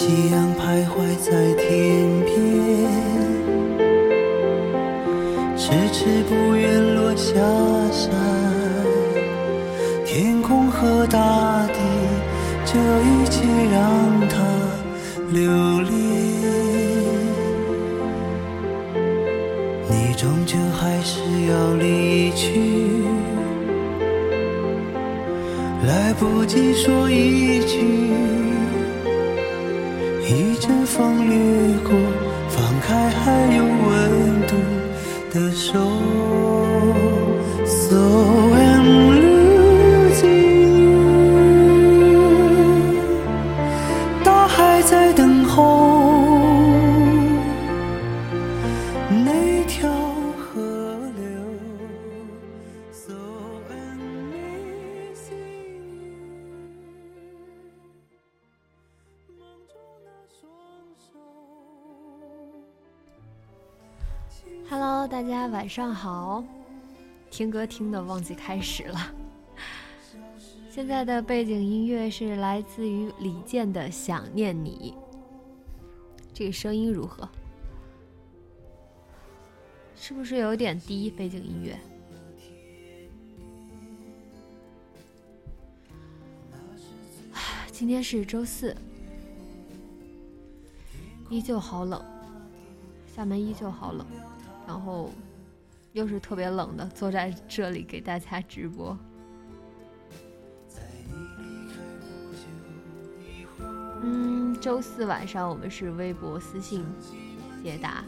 夕阳徘徊在天边，迟迟不愿落下山。天空和大地，这一切让它留恋。你终究还是要离去，来不及说一句，一阵风掠过，放开还有温度的手。 So I'm losing you， 大海在等候那条河流。 So I'm missing you， 梦中那双手。 Hello， 大家晚上好。听歌听的忘记开始了。现在的背景音乐是来自于李健的《想念你》。这个声音如何？是不是有点低？背景音乐。今天是周四，依旧好冷，厦门依旧好冷，然后又是特别冷的，坐在这里给大家直播。周四晚上我们是微博私信解答，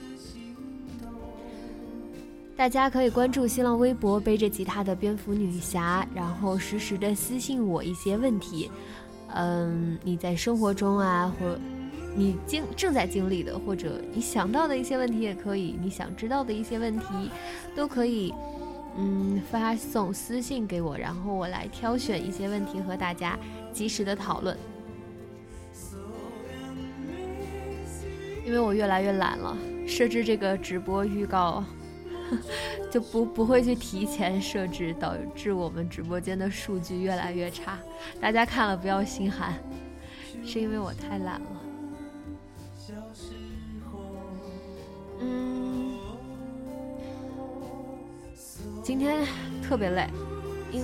大家可以关注新浪微博背着吉他的蝙蝠女侠，然后实时的私信我一些问题。你在生活中啊，或你正在经历的，或者你想到的一些问题也可以，你想知道的一些问题都可以发送私信给我，然后我来挑选一些问题和大家及时的讨论。因为我越来越懒了，设置这个直播预告就不会去提前设置，导致我们直播间的数据越来越差。大家看了不要心寒，是因为我太懒了。今天特别累，因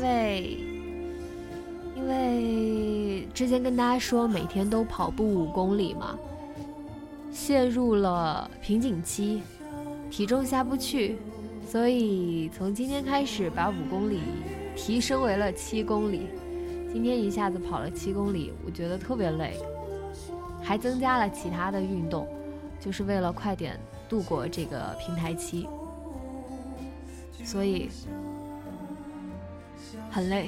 为之前跟大家说每天都跑步5公里嘛，陷入了瓶颈期，体重下不去，所以从今天开始把5公里提升为了7公里。今天一下子跑了7公里，我觉得特别累，还增加了其他的运动，就是为了快点度过这个平台期，所以很累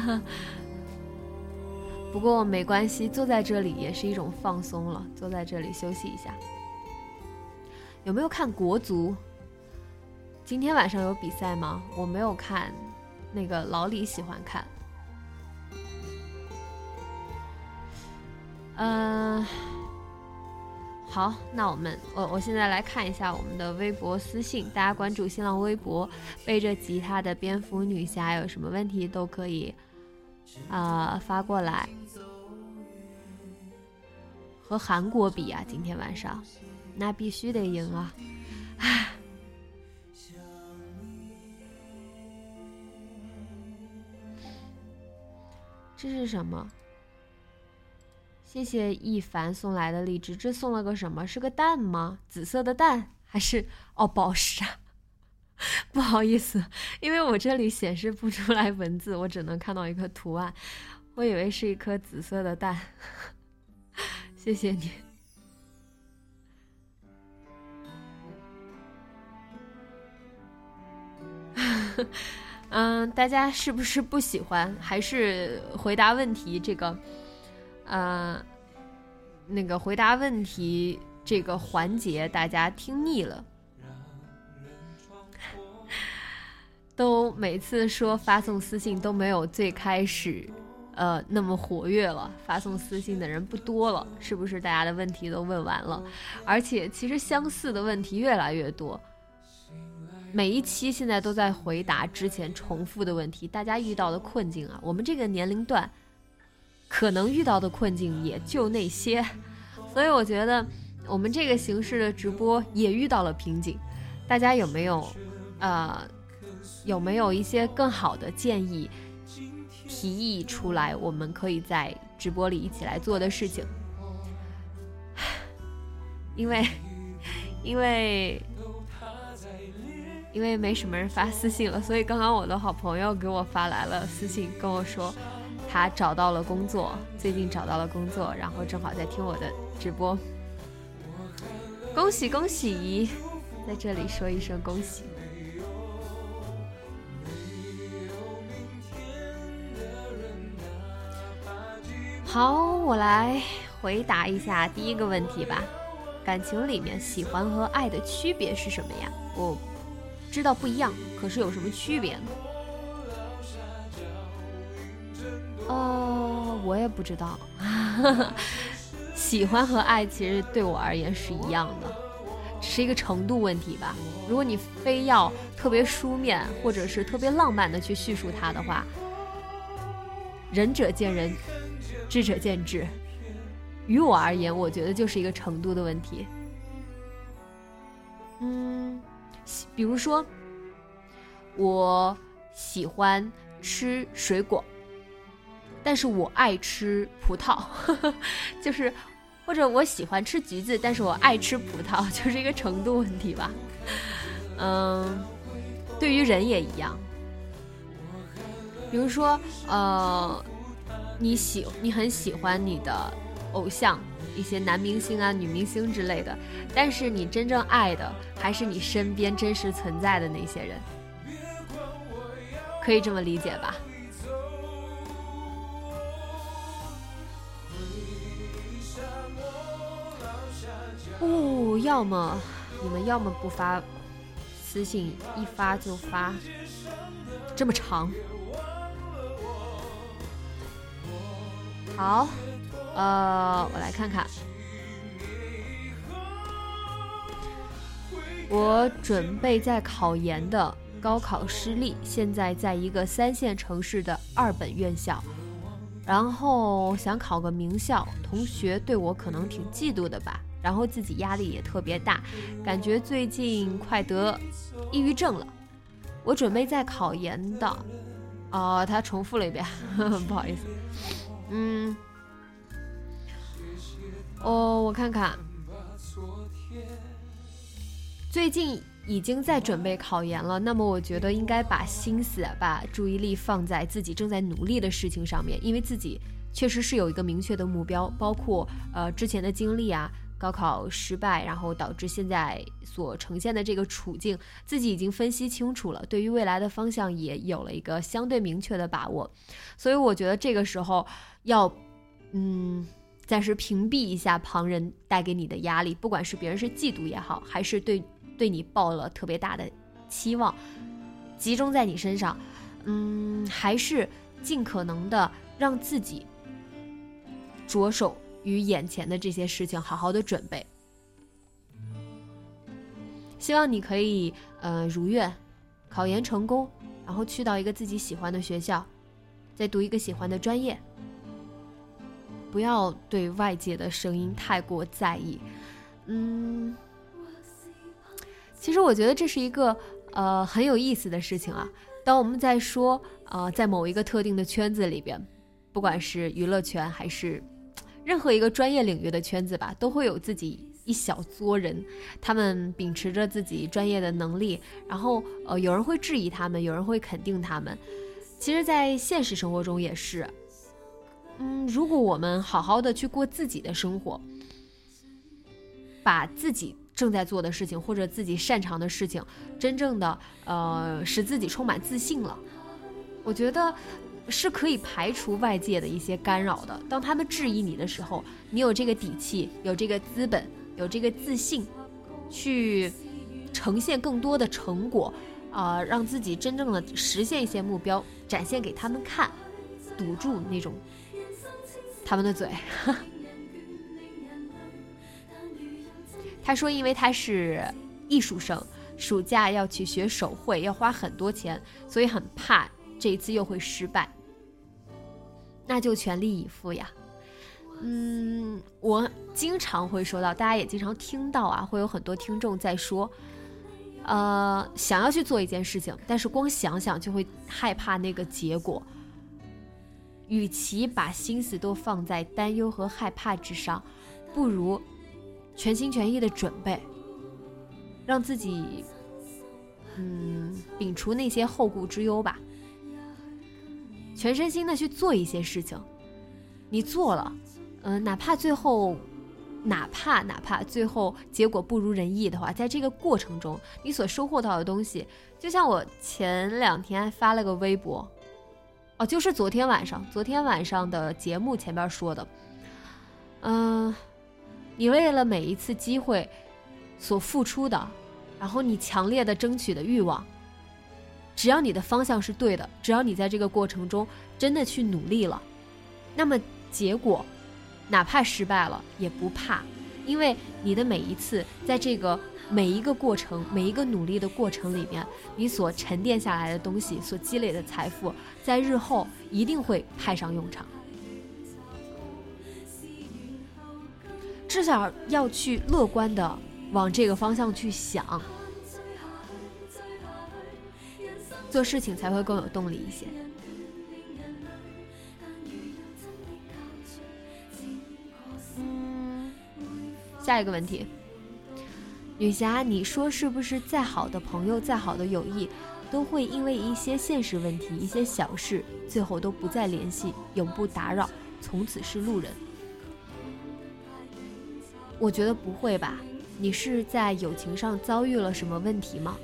不过没关系，坐在这里也是一种放松了，坐在这里休息一下。有没有看国足？今天晚上有比赛吗？我没有看，那个老李喜欢看。好，那我现在来看一下我们的微博私信，大家关注新浪微博背着吉他的蝙蝠女侠，有什么问题都可以发过来。和韩国比啊，今天晚上那必须得赢啊！这是什么？谢谢一凡送来的荔枝，这送了个什么？是个蛋吗？紫色的蛋还是宝石啊？不好意思，因为我这里显示不出来文字，我只能看到一个图案，我以为是一颗紫色的蛋。谢谢你。大家是不是不喜欢？还是回答问题这个那个回答问题这个环节大家听腻了？都每次说发送私信都没有最开始那么活跃了，发送私信的人不多了，是不是大家的问题都问完了？而且其实相似的问题越来越多，每一期现在都在回答之前重复的问题，大家遇到的困境啊，我们这个年龄段可能遇到的困境也就那些， 所以我觉得我们这个形式的直播也遇到了瓶颈，大家有没有一些更好的建议提议出来，我们可以在直播里一起来做的事情？因为没什么人发私信了，所以刚刚我的好朋友给我发来了私信，跟我说他找到了工作，最近找到了工作，然后正好在听我的直播，恭喜恭喜，在这里说一声恭喜。好，我来回答一下第一个问题吧。感情里面喜欢和爱的区别是什么呀？我知道不一样，可是有什么区别呢？我也不知道。喜欢和爱其实对我而言是一样的，只是一个程度问题吧。如果你非要特别书面或者是特别浪漫的去叙述它的话，仁者见仁，智者见智。于我而言，我觉得就是一个程度的问题。比如说，我喜欢吃水果，但是我爱吃葡萄，就是或者我喜欢吃橘子，但是我爱吃葡萄，就是一个程度问题吧。对于人也一样。比如说，你很喜欢你的偶像，一些男明星啊、女明星之类的，但是你真正爱的还是你身边真实存在的那些人，可以这么理解吧？要么你们要么不发私信，一发就发这么长。好，我来看看。我准备在考研的，高考失利，现在在一个3线城市的2本院校，然后想考个名校，同学对我可能挺嫉妒的吧，然后自己压力也特别大，感觉最近快得抑郁症了。我准备在考研的，他重复了一遍，不好意思。我看看，最近已经在准备考研了，那么我觉得应该把心思、把注意力放在自己正在努力的事情上面，因为自己确实是有一个明确的目标，包括之前的经历啊，高考失败，然后导致现在所呈现的这个处境，自己已经分析清楚了，对于未来的方向也有了一个相对明确的把握，所以我觉得这个时候要暂时屏蔽一下旁人带给你的压力，不管是别人是嫉妒也好，还是对你抱了特别大的期望集中在你身上，还是尽可能的让自己着手于眼前的这些事情，好好的准备。希望你可以如愿考研成功，然后去到一个自己喜欢的学校，再读一个喜欢的专业，不要对外界的声音太过在意。其实我觉得这是一个很有意思的事情啊。当我们在说在某一个特定的圈子里边，不管是娱乐圈还是任何一个专业领域的圈子吧，都会有自己一小撮人，他们秉持着自己专业的能力，然后有人会质疑他们，有人会肯定他们。其实在现实生活中也是，如果我们好好的去过自己的生活，把自己正在做的事情或者自己擅长的事情真正的使自己充满自信了，我觉得是可以排除外界的一些干扰的。当他们质疑你的时候，你有这个底气，有这个资本，有这个自信去呈现更多的成果，让自己真正的实现一些目标，展现给他们看，堵住那种他们的嘴。他说因为他是艺术生，暑假要去学手绘，要花很多钱，所以很怕这一次又会失败。那就全力以赴呀。 我经常会说到，大家也经常听到啊，会有很多听众在说，想要去做一件事情，但是光想想就会害怕那个结果。与其把心思都放在担忧和害怕之上，不如全心全意的准备，让自己摒除那些后顾之忧吧，全身心的去做一些事情。你做了，哪怕最后结果不如人意的话，在这个过程中你所收获到的东西，就像我前2天还发了个微博，就是昨天晚上的节目前边说的，你为了每一次机会所付出的，然后你强烈的争取的欲望，只要你的方向是对的，只要你在这个过程中真的去努力了，那么结果哪怕失败了也不怕，因为你的每一次在这个每一个过程，每一个努力的过程里面，你所沉淀下来的东西，所积累的财富，在日后一定会派上用场。至少要去乐观的往这个方向去想，做事情才会更有动力一些。下一个问题，女侠，你说是不是再好的朋友，再好的友谊，都会因为一些现实问题，一些小事，最后都不再联系，永不打扰，从此是路人？我觉得不会吧，你是在友情上遭遇了什么问题吗？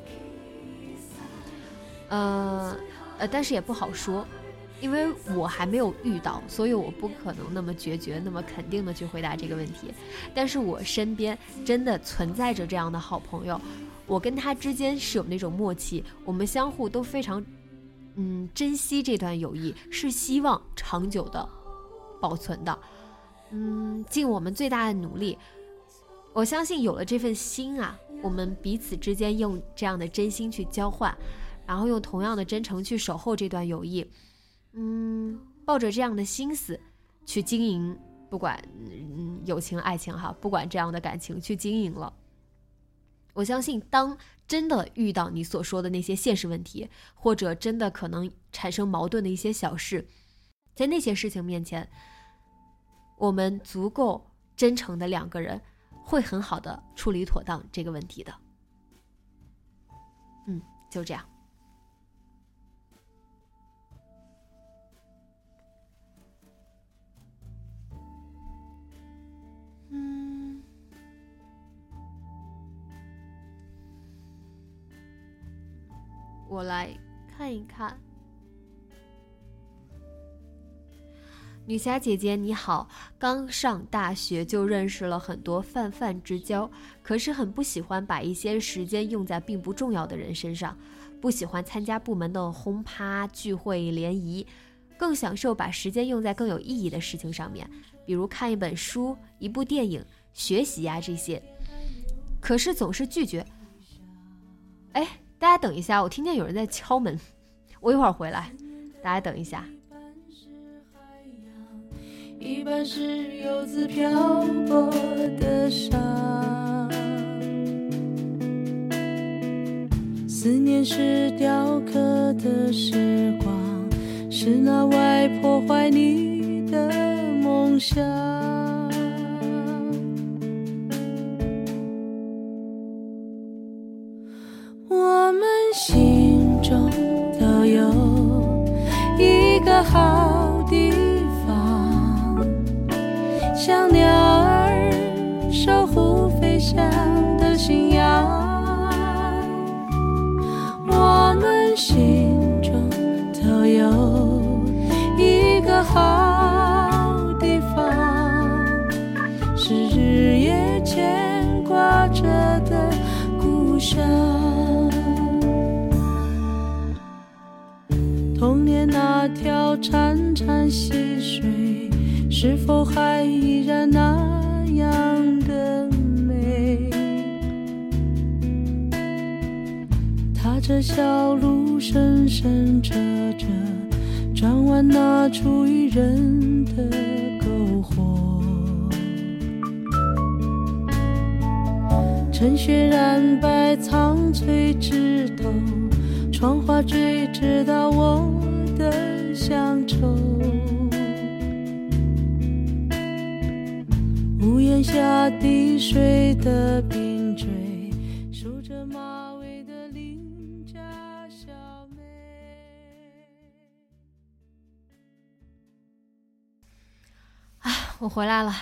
但是也不好说，因为我还没有遇到，所以我不可能那么决绝那么肯定的去回答这个问题。但是我身边真的存在着这样的好朋友，我跟他之间是有那种默契，我们相互都非常珍惜这段友谊，是希望长久的保存的，尽我们最大的努力。我相信有了这份心啊，我们彼此之间用这样的真心去交换，然后用同样的真诚去守候这段友谊，抱着这样的心思去经营，不管友情爱情哈，不管这样的感情去经营了，我相信当真的遇到你所说的那些现实问题，或者真的可能产生矛盾的一些小事，在那些事情面前，我们足够真诚的2个人会很好的处理妥当这个问题的。就这样。我来看一看。女侠姐姐你好，刚上大学就认识了很多泛之交，可是很不喜欢把一些时间用在并不重要的人身上，不喜欢参加部门的轰趴聚会联谊，更享受把时间用在更有意义的事情上面，比如看一本书、一部电影、学习呀这些，可是总是拒绝。大家等一下，我听见有人在敲门，我一会儿回来，大家等一下。 一半是游子漂泊的伤，思念是雕刻的时光，是那外破坏你的梦想。我们心中都有一个好地方，像鸟儿守护飞翔的信仰。我们心中都有一个好地方，是日夜牵挂着的故乡。童年那条潺潺溪水，是否还依然那样的美？踏着小路深深折着，转弯那处于人的篝火。 趁雪染白苍翠枝头，窗花坠知道我的乡愁。屋檐下滴水的冰锥，梳着马尾的邻家小妹。 我回来了。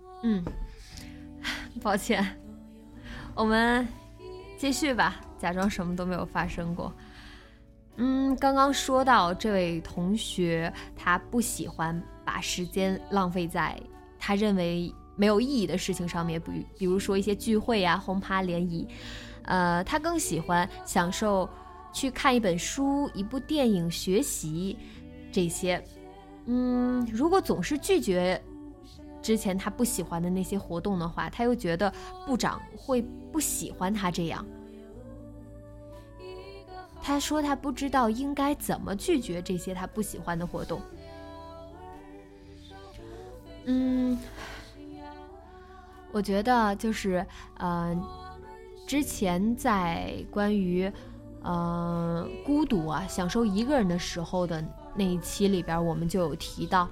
抱歉，我们继续吧，假装什么都没有发生过。刚刚说到这位同学，他不喜欢把时间浪费在他认为没有意义的事情上面，比如说一些聚会啊、轰趴联谊。他更喜欢享受去看一本书、一部电影、学习这些。如果总是拒绝之前他不喜欢的那些活动的话，他又觉得部长会不喜欢他这样。他说他不知道应该怎么拒绝这些他不喜欢的活动。我觉得就是之前在关于孤独啊，享受一个人的时候的那一期里边，我们就有提到，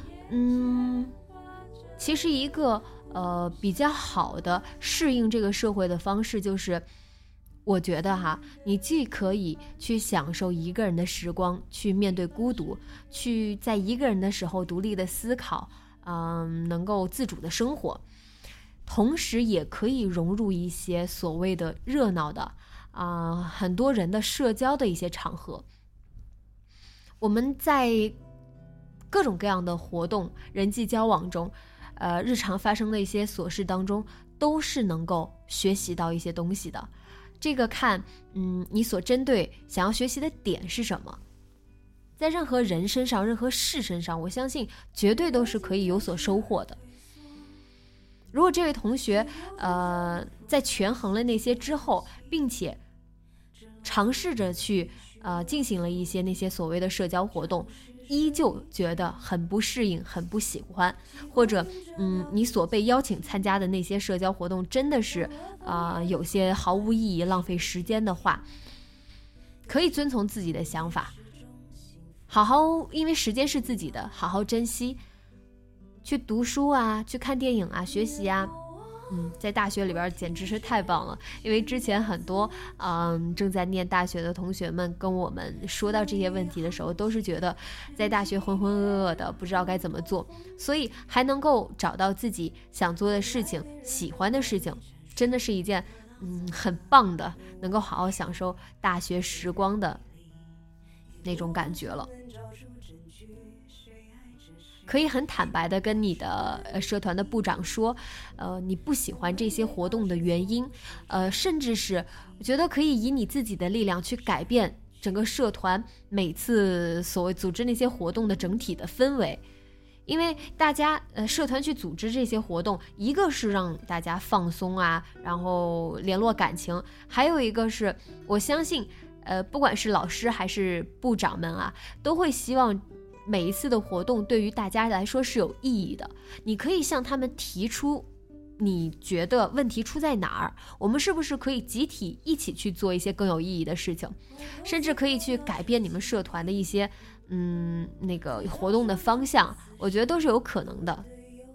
其实一个比较好的适应这个社会的方式，就是我觉得你既可以去享受一个人的时光，去面对孤独，去在一个人的时候独立的思考，能够自主的生活，同时也可以融入一些所谓的热闹的很多人的社交的一些场合。我们在各种各样的活动、人际交往中，日常发生的一些琐事当中，都是能够学习到一些东西的。这个看你所针对想要学习的点是什么。在任何人身上、任何事身上，我相信绝对都是可以有所收获的。如果这位同学在权衡了那些之后，并且尝试着去进行了一些那些所谓的社交活动，依旧觉得很不适应、很不喜欢，或者你所被邀请参加的那些社交活动真的是有些毫无意义、浪费时间的话，可以遵从自己的想法，好好，因为时间是自己的，好好珍惜，去读书啊，去看电影啊，学习啊。在大学里边简直是太棒了，因为之前很多正在念大学的同学们跟我们说到这些问题的时候，都是觉得在大学浑浑噩噩的，不知道该怎么做，所以还能够找到自己想做的事情、喜欢的事情，真的是一件很棒的，能够好好享受大学时光的那种感觉了。可以很坦白的跟你的社团的部长说，你不喜欢这些活动的原因，甚至是我觉得可以以你自己的力量去改变整个社团每次所谓组织那些活动的整体的氛围。因为大家社团去组织这些活动，一个是让大家放松啊，然后联络感情，还有一个是我相信不管是老师还是部长们啊，都会希望每一次的活动对于大家来说是有意义的。你可以向他们提出你觉得问题出在哪儿，我们是不是可以集体一起去做一些更有意义的事情，甚至可以去改变你们社团的一些那个活动的方向，我觉得都是有可能的。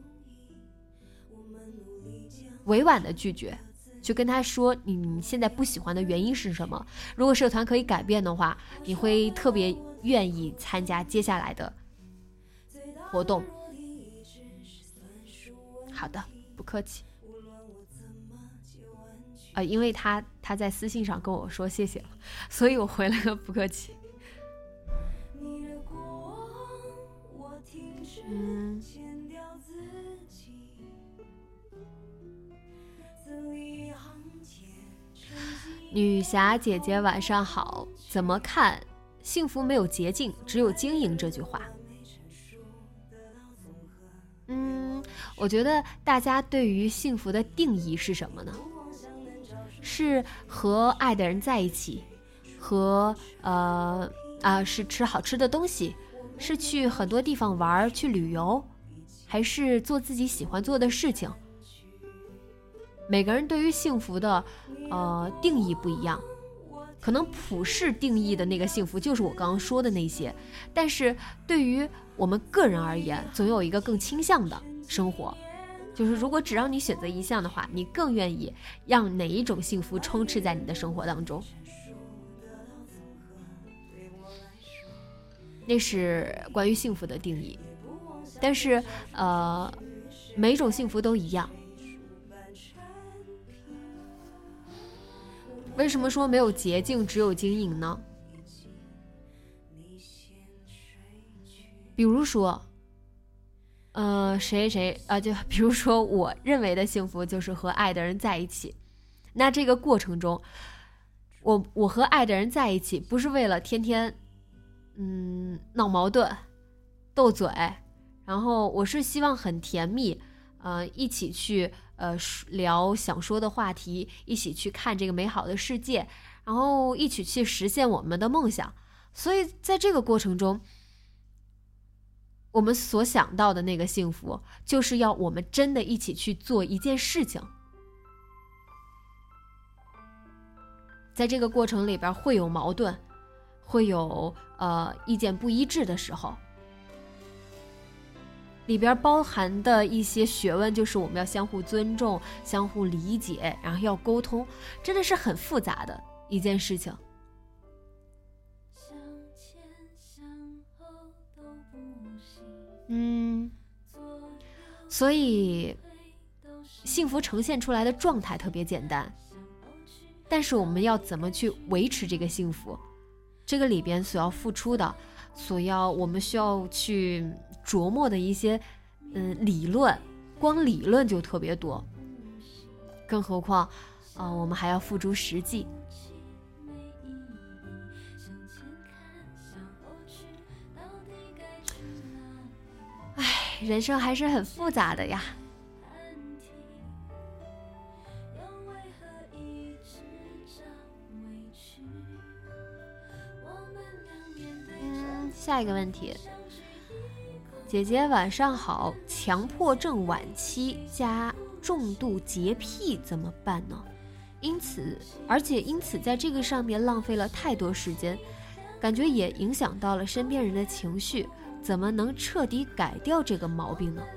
委婉的拒绝，去跟他说你现在不喜欢的原因是什么，如果社团可以改变的话，你会特别愿意参加接下来的活动。好的，不客气。因为他在私信上跟我说谢谢了，所以我回了个不客气。女侠姐姐晚上好，怎么看幸福没有捷径，只有经营这句话？我觉得大家对于幸福的定义是什么呢？是和爱的人在一起，和是吃好吃的东西，是去很多地方玩，去旅游，还是做自己喜欢做的事情？ 每个人对于幸福的定义不一样，可能普世定义的那个幸福就是我刚刚说的那些，但是对于我们个人而言，总有一个更倾向的生活，就是如果只让你选择一项的话，你更愿意让哪一种幸福充斥在你的生活当中。那是关于幸福的定义，但是每种幸福都一样。为什么说没有捷径只有经营呢？比如说就比如说我认为的幸福就是和爱的人在一起，那这个过程中我和爱的人在一起不是为了天天闹矛盾斗嘴，然后我是希望很甜蜜，一起去聊想说的话题，一起去看这个美好的世界，然后一起去实现我们的梦想。所以在这个过程中，我们所想到的那个幸福，就是要我们真的一起去做一件事情。在这个过程里边会有矛盾，会有意见不一致的时候，里边包含的一些学问就是我们要相互尊重，相互理解，然后要沟通，真的是很复杂的一件事情。所以幸福呈现出来的状态特别简单，但是我们要怎么去维持这个幸福，这个里边所要付出的，我们需要去琢磨的一些理论，光理论就特别多，更何况我们还要付诸实际。人生还是很复杂的呀。下一个问题，姐姐晚上好，强迫症晚期加重度洁癖怎么办呢？因此在这个上面浪费了太多时间，感觉也影响到了身边人的情绪，怎么能彻底改掉这个毛病呢？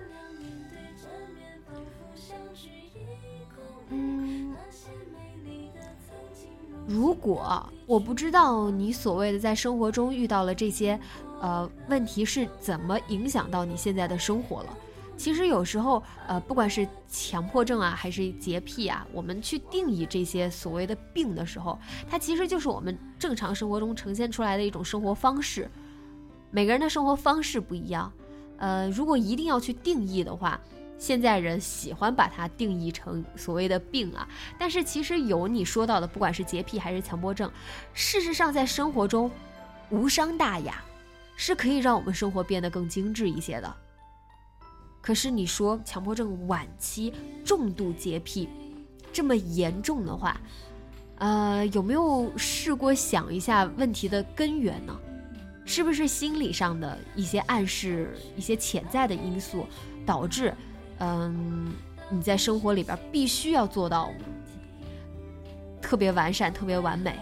如果我不知道你所谓的在生活中遇到了这些问题是怎么影响到你现在的生活了，其实有时候不管是强迫症啊还是洁癖啊，我们去定义这些所谓的病的时候，它其实就是我们正常生活中呈现出来的一种生活方式。每个人的生活方式不一样，如果一定要去定义的话，现在人喜欢把它定义成所谓的病啊，但是其实有你说到的，不管是洁癖还是强迫症，事实上在生活中无伤大雅，是可以让我们生活变得更精致一些的。可是你说强迫症晚期重度洁癖这么严重的话，有没有试过想一下问题的根源呢？是不是心理上的一些暗示，一些潜在的因素导致你在生活里边必须要做到特别完善，特别完美，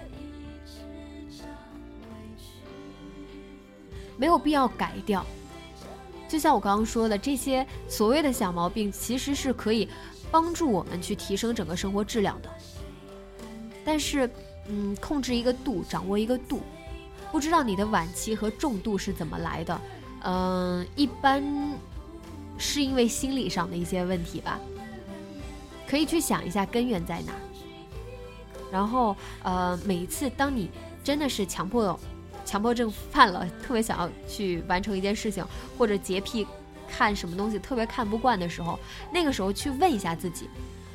没有必要改掉。就像我刚刚说的，这些所谓的小毛病其实是可以帮助我们去提升整个生活质量的，但是控制一个度，掌握一个度。不知道你的晚期和重度是怎么来的，一般是因为心理上的一些问题吧，可以去想一下根源在哪儿。然后每一次当你真的是强迫症犯了，特别想要去完成一件事情，或者洁癖看什么东西特别看不惯的时候，那个时候去问一下自己，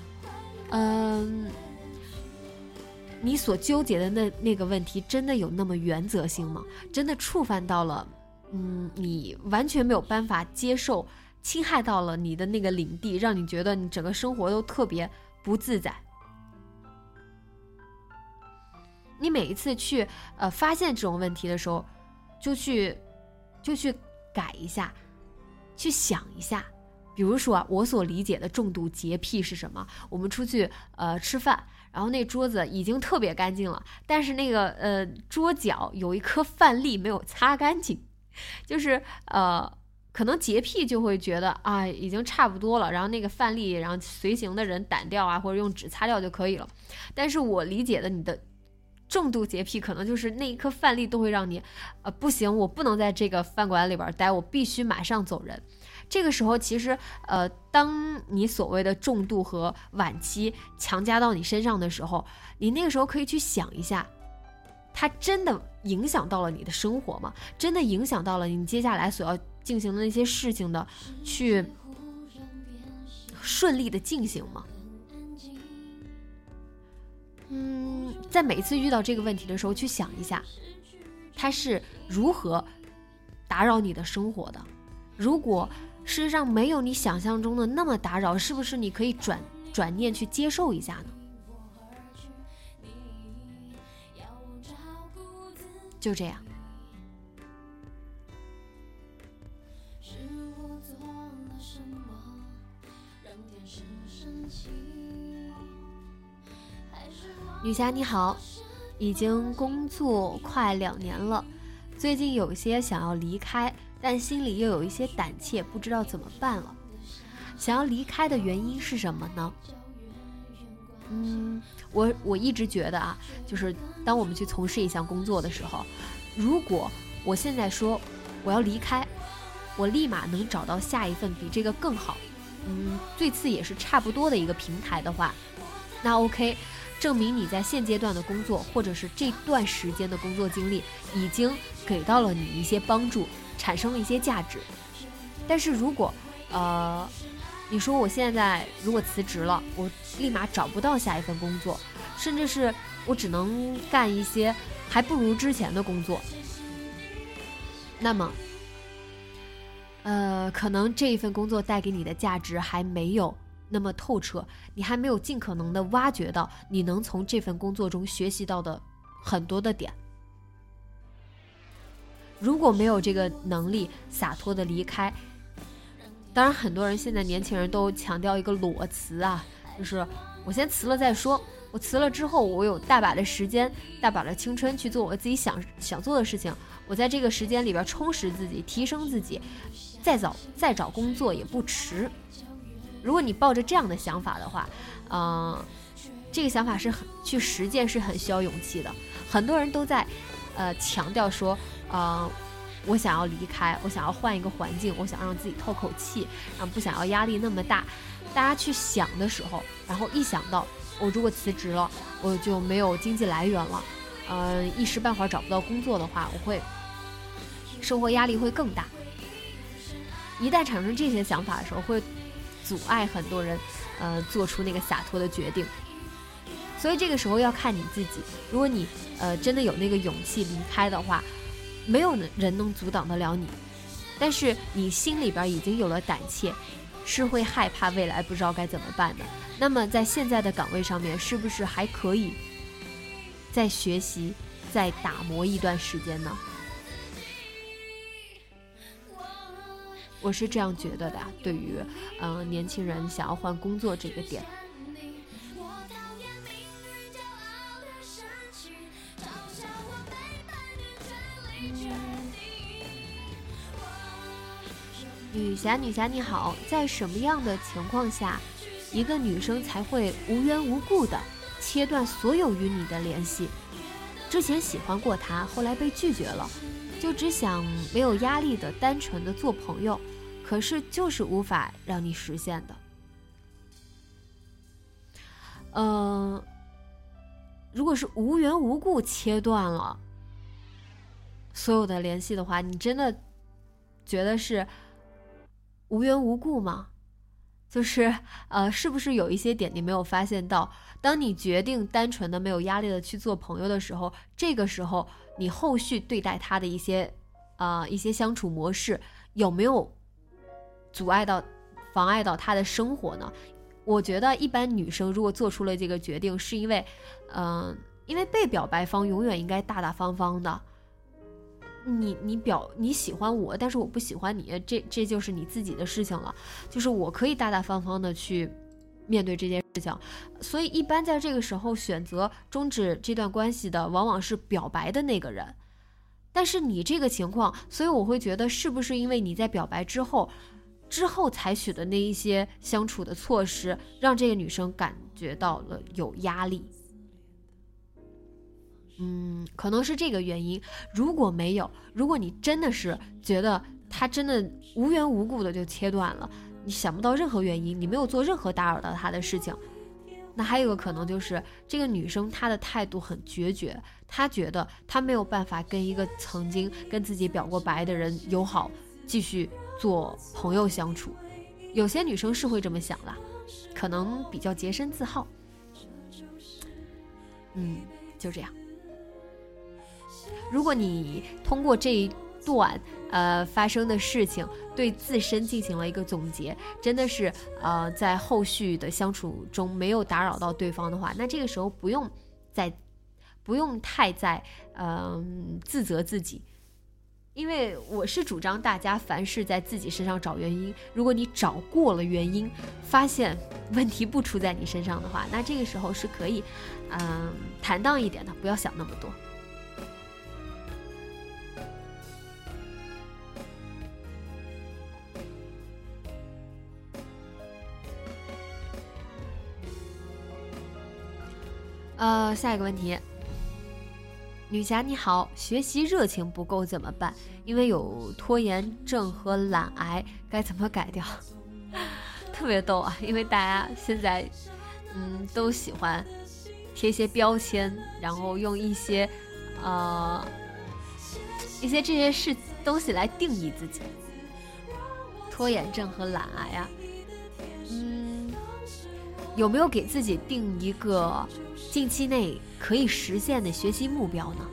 你所纠结的那个问题真的有那么原则性吗？真的触犯到了你完全没有办法接受，侵害到了你的那个领地，让你觉得你整个生活都特别不自在。你每一次去发现这种问题的时候，就去改一下，去想一下。 比如说我所理解的重度洁癖是什么？我们出去吃饭，然后那桌子已经特别干净了，但是那个桌角有一颗饭粒没有擦干净，就是可能洁癖就会觉得啊已经差不多了，然后那个饭粒然后随行的人掸掉啊，或者用纸擦掉就可以了。但是我理解的你的重度洁癖可能就是那一颗饭粒都会让你不行，我不能在这个饭馆里边待，我必须马上走人。这个时候其实当你所谓的重度和晚期强加到你身上的时候，你那个时候可以去想一下，它真的影响到了你的生活吗？真的影响到了你接下来所要进行的那些事情的去顺利的进行吗？在每一次遇到这个问题的时候去想一下，它是如何打扰你的生活的。如果事实上没有你想象中的那么打扰，是不是你可以转念去接受一下呢？就这样。女侠你好，已经工作快2年了，最近有些想要离开，但心里又有一些胆怯，不知道怎么办了。想要离开的原因是什么呢？我一直觉得就是当我们去从事一项工作的时候，如果我现在说我要离开，我立马能找到下一份比这个更好，最次也是差不多的一个平台的话，那 OK， 证明你在现阶段的工作或者是这段时间的工作经历已经给到了你一些帮助，产生了一些价值。但是如果你说我现在如果辞职了，我立马找不到下一份工作，甚至是我只能干一些还不如之前的工作，那么可能这一份工作带给你的价值还没有那么透彻，你还没有尽可能的挖掘到你能从这份工作中学习到的很多的点。如果没有这个能力洒脱的离开，当然很多人现在年轻人都强调一个裸辞就是我先辞了再说，我辞了之后我有大把的时间，大把的青春去做我自己想做的事情，我在这个时间里边充实自己，提升自己，再找工作也不迟。如果你抱着这样的想法的话，这个想法是去实践是很需要勇气的。很多人都在强调说我想要离开，我想要换一个环境，我想让自己透口气，然后不想要压力那么大。大家去想的时候，然后一想到我如果辞职了，我就没有经济来源了，一时半会儿找不到工作的话，我会生活压力会更大。一旦产生这些想法的时候，会阻碍很多人做出那个洒脱的决定。所以这个时候要看你自己，如果你真的有那个勇气离开的话，没有人能阻挡得了你，但是你心里边已经有了胆怯，是会害怕未来不知道该怎么办的。那么在现在的岗位上面，是不是还可以再学习再打磨一段时间呢？我是这样觉得的。对于年轻人想要换工作这个点，女侠你好，在什么样的情况下一个女生才会无缘无故的切断所有与你的联系？之前喜欢过他，后来被拒绝了，就只想没有压力的单纯的做朋友，可是就是无法让你实现的。如果是无缘无故切断了所有的联系的话，你真的觉得是无缘无故吗？就是是不是有一些点你没有发现到？当你决定单纯的没有压力的去做朋友的时候，这个时候你后续对待他的一些相处模式有没有妨碍到他的生活呢？我觉得一般女生如果做出了这个决定，是因为被表白方永远应该大大方方的。 你喜欢我，但是我不喜欢你，这就是你自己的事情了，就是我可以大大方方的去面对这件事情。所以一般在这个时候选择终止这段关系的往往是表白的那个人。但是你这个情况，所以我会觉得是不是因为你在表白之后采取的那一些相处的措施，让这个女生感觉到了有压力。可能是这个原因。如果没有，如果你真的是觉得他真的无缘无故的就切断了，你想不到任何原因，你没有做任何打扰到他的事情，那还有一个可能就是这个女生她的态度很决绝，她觉得她没有办法跟一个曾经跟自己表过白的人友好，继续做朋友相处。有些女生是会这么想啦，可能比较洁身自好。就这样。如果你通过这一段发生的事情对自身进行了一个总结，真的是在后续的相处中没有打扰到对方的话，那这个时候不用太在自责自己。因为我是主张大家凡事在自己身上找原因，如果你找过了原因，发现问题不出在你身上的话，那这个时候是可以坦荡一点的，不要想那么多。下一个问题，女侠你好，学习热情不够怎么办？因为有拖延症和懒癌，该怎么改掉？特别逗啊！因为大家现在都喜欢贴一些标签，然后用一些这些东西来定义自己。拖延症和懒癌啊，有没有给自己定一个近期内可以实现的学习目标呢？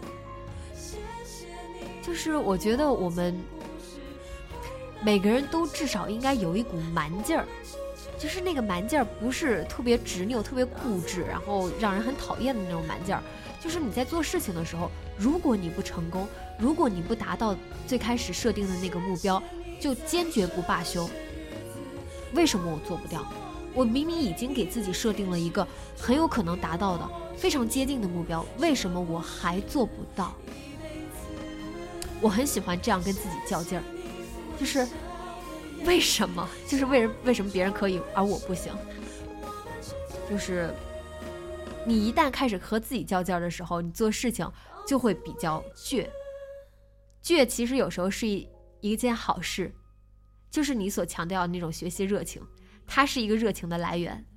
就是我觉得我们每个人都至少应该有一股蛮劲儿，就是那个蛮劲儿不是特别执拗、特别固执，然后让人很讨厌的那种蛮劲儿。就是你在做事情的时候，如果你不成功，如果你不达到最开始设定的那个目标，就坚决不罢休。为什么我做不掉？我明明已经给自己设定了一个很有可能达到的非常接近的目标，为什么我还做不到？我很喜欢这样跟自己较劲儿，就是为什么？就是为什么别人可以而我不行？就是你一旦开始和自己较劲儿的时候，你做事情就会比较倔。倔其实有时候是一件好事，就是你所强调的那种学习热情，它是一个热情的来源。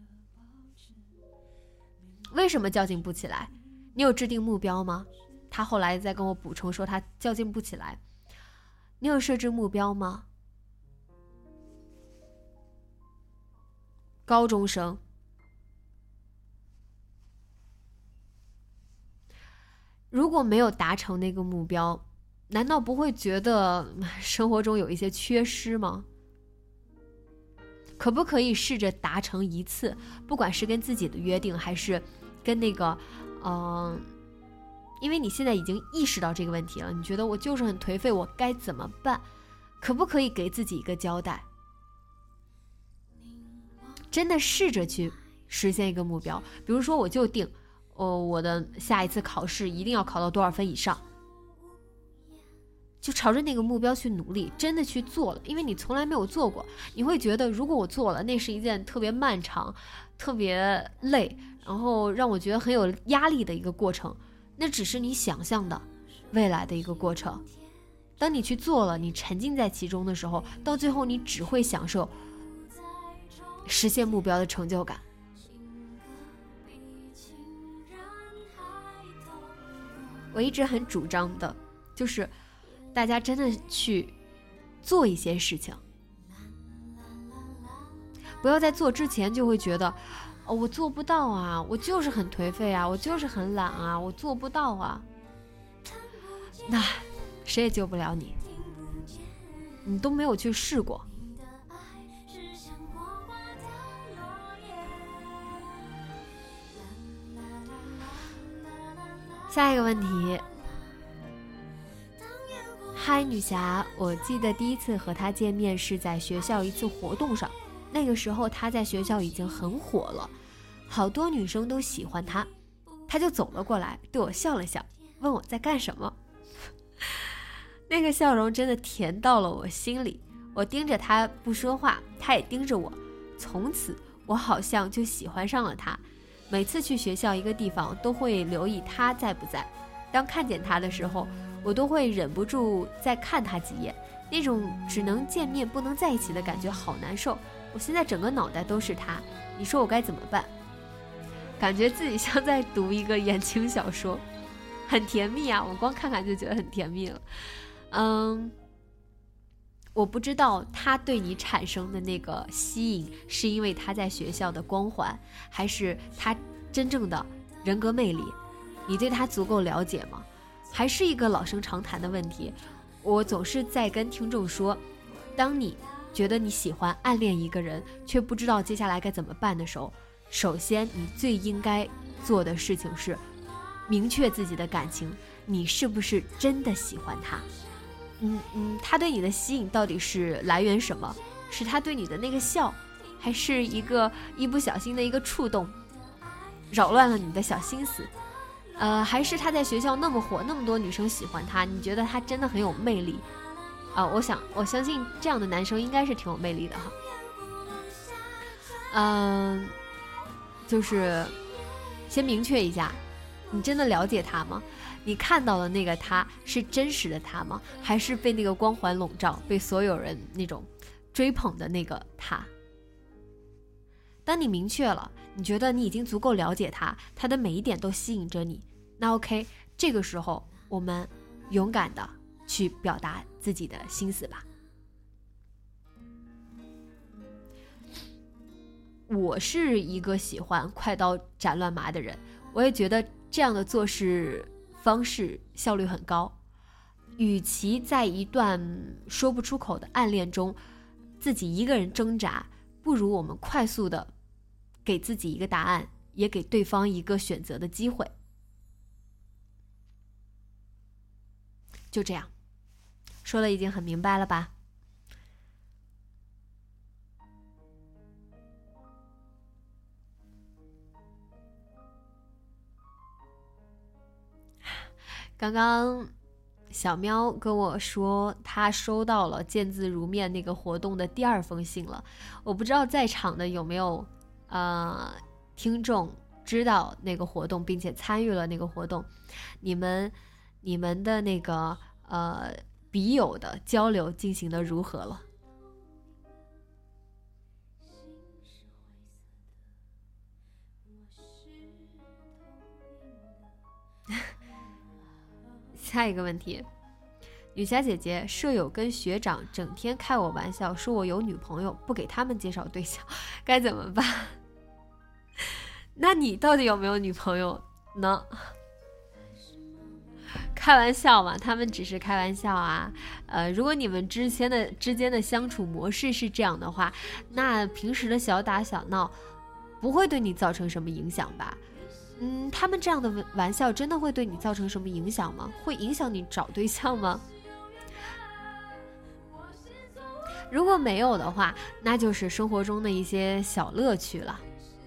为什么较劲不起来？你有制定目标吗？他后来再跟我补充说他较劲不起来。你有设置目标吗？高中生，如果没有达成那个目标，难道不会觉得生活中有一些缺失吗？可不可以试着达成一次，不管是跟自己的约定，还是跟那个因为你现在已经意识到这个问题了，你觉得我就是很颓废，我该怎么办？可不可以给自己一个交代？真的试着去实现一个目标，比如说我就定我的下一次考试一定要考到多少分以上，就朝着那个目标去努力，真的去做了。因为你从来没有做过，你会觉得如果我做了，那是一件特别漫长、特别累，然后让我觉得很有压力的一个过程。那只是你想象的未来的一个过程。当你去做了，你沉浸在其中的时候，到最后你只会享受实现目标的成就感。我一直很主张的就是大家真的去做一些事情，不要在做之前就会觉得我做不到啊，我就是很颓废啊，我就是很懒啊，我做不到啊，那谁也救不了你，你都没有去试过。下一个问题， 嗨，女侠，我记得第一次和她见面是在学校一次活动上，那个时候她在学校已经很火了，好多女生都喜欢她，她就走了过来，对我笑了笑，问我在干什么。那个笑容真的甜到了我心里，我盯着她不说话，她也盯着我，从此我好像就喜欢上了她。每次去学校一个地方都会留意她在不在，当看见她的时候，我都会忍不住再看她几眼，那种只能见面不能在一起的感觉好难受。我现在整个脑袋都是她，你说我该怎么办？感觉自己像在读一个言情小说，很甜蜜啊，我光看看就觉得很甜蜜了。我不知道他对你产生的那个吸引是因为他在学校的光环，还是他真正的人格魅力，你对他足够了解吗？还是一个老生常谈的问题。我总是在跟听众说，当你觉得你喜欢暗恋一个人却不知道接下来该怎么办的时候，首先你最应该做的事情是明确自己的感情，你是不是真的喜欢他？他对你的吸引到底是来源什么？是他对你的那个笑，还是一不小心的一个触动，扰乱了你的小心思？还是他在学校那么火，那么多女生喜欢他，你觉得他真的很有魅力啊？我相信这样的男生应该是挺有魅力的哈。就是先明确一下，你真的了解他吗？你看到的那个他是真实的他吗？还是被那个光环笼罩，被所有人那种追捧的那个他？当你明确了，你觉得你已经足够了解他，他的每一点都吸引着你，那 OK， 这个时候我们勇敢的去表达自己的心思吧。我是一个喜欢快刀斩乱麻的人，我也觉得这样的做事方式效率很高。与其在一段说不出口的暗恋中自己一个人挣扎，不如我们快速的给自己一个答案，也给对方一个选择的机会。就这样，说的已经很明白了吧？刚刚小喵跟我说他收到了见字如面那个活动的第2封信了，我不知道在场的有没有听众知道那个活动并且参与了那个活动，你们的那个笔友的交流进行的如何了？下一个问题，女侠姐姐，舍友跟学长整天开我玩笑，说我有女朋友，不给他们介绍对象，该怎么办？那你到底有没有女朋友呢？开玩笑嘛，他们只是开玩笑啊。如果你们之间的相处模式是这样的话，那平时的小打小闹不会对你造成什么影响吧？他们这样的玩笑真的会对你造成什么影响吗？会影响你找对象吗？如果没有的话，那就是生活中的一些小乐趣了。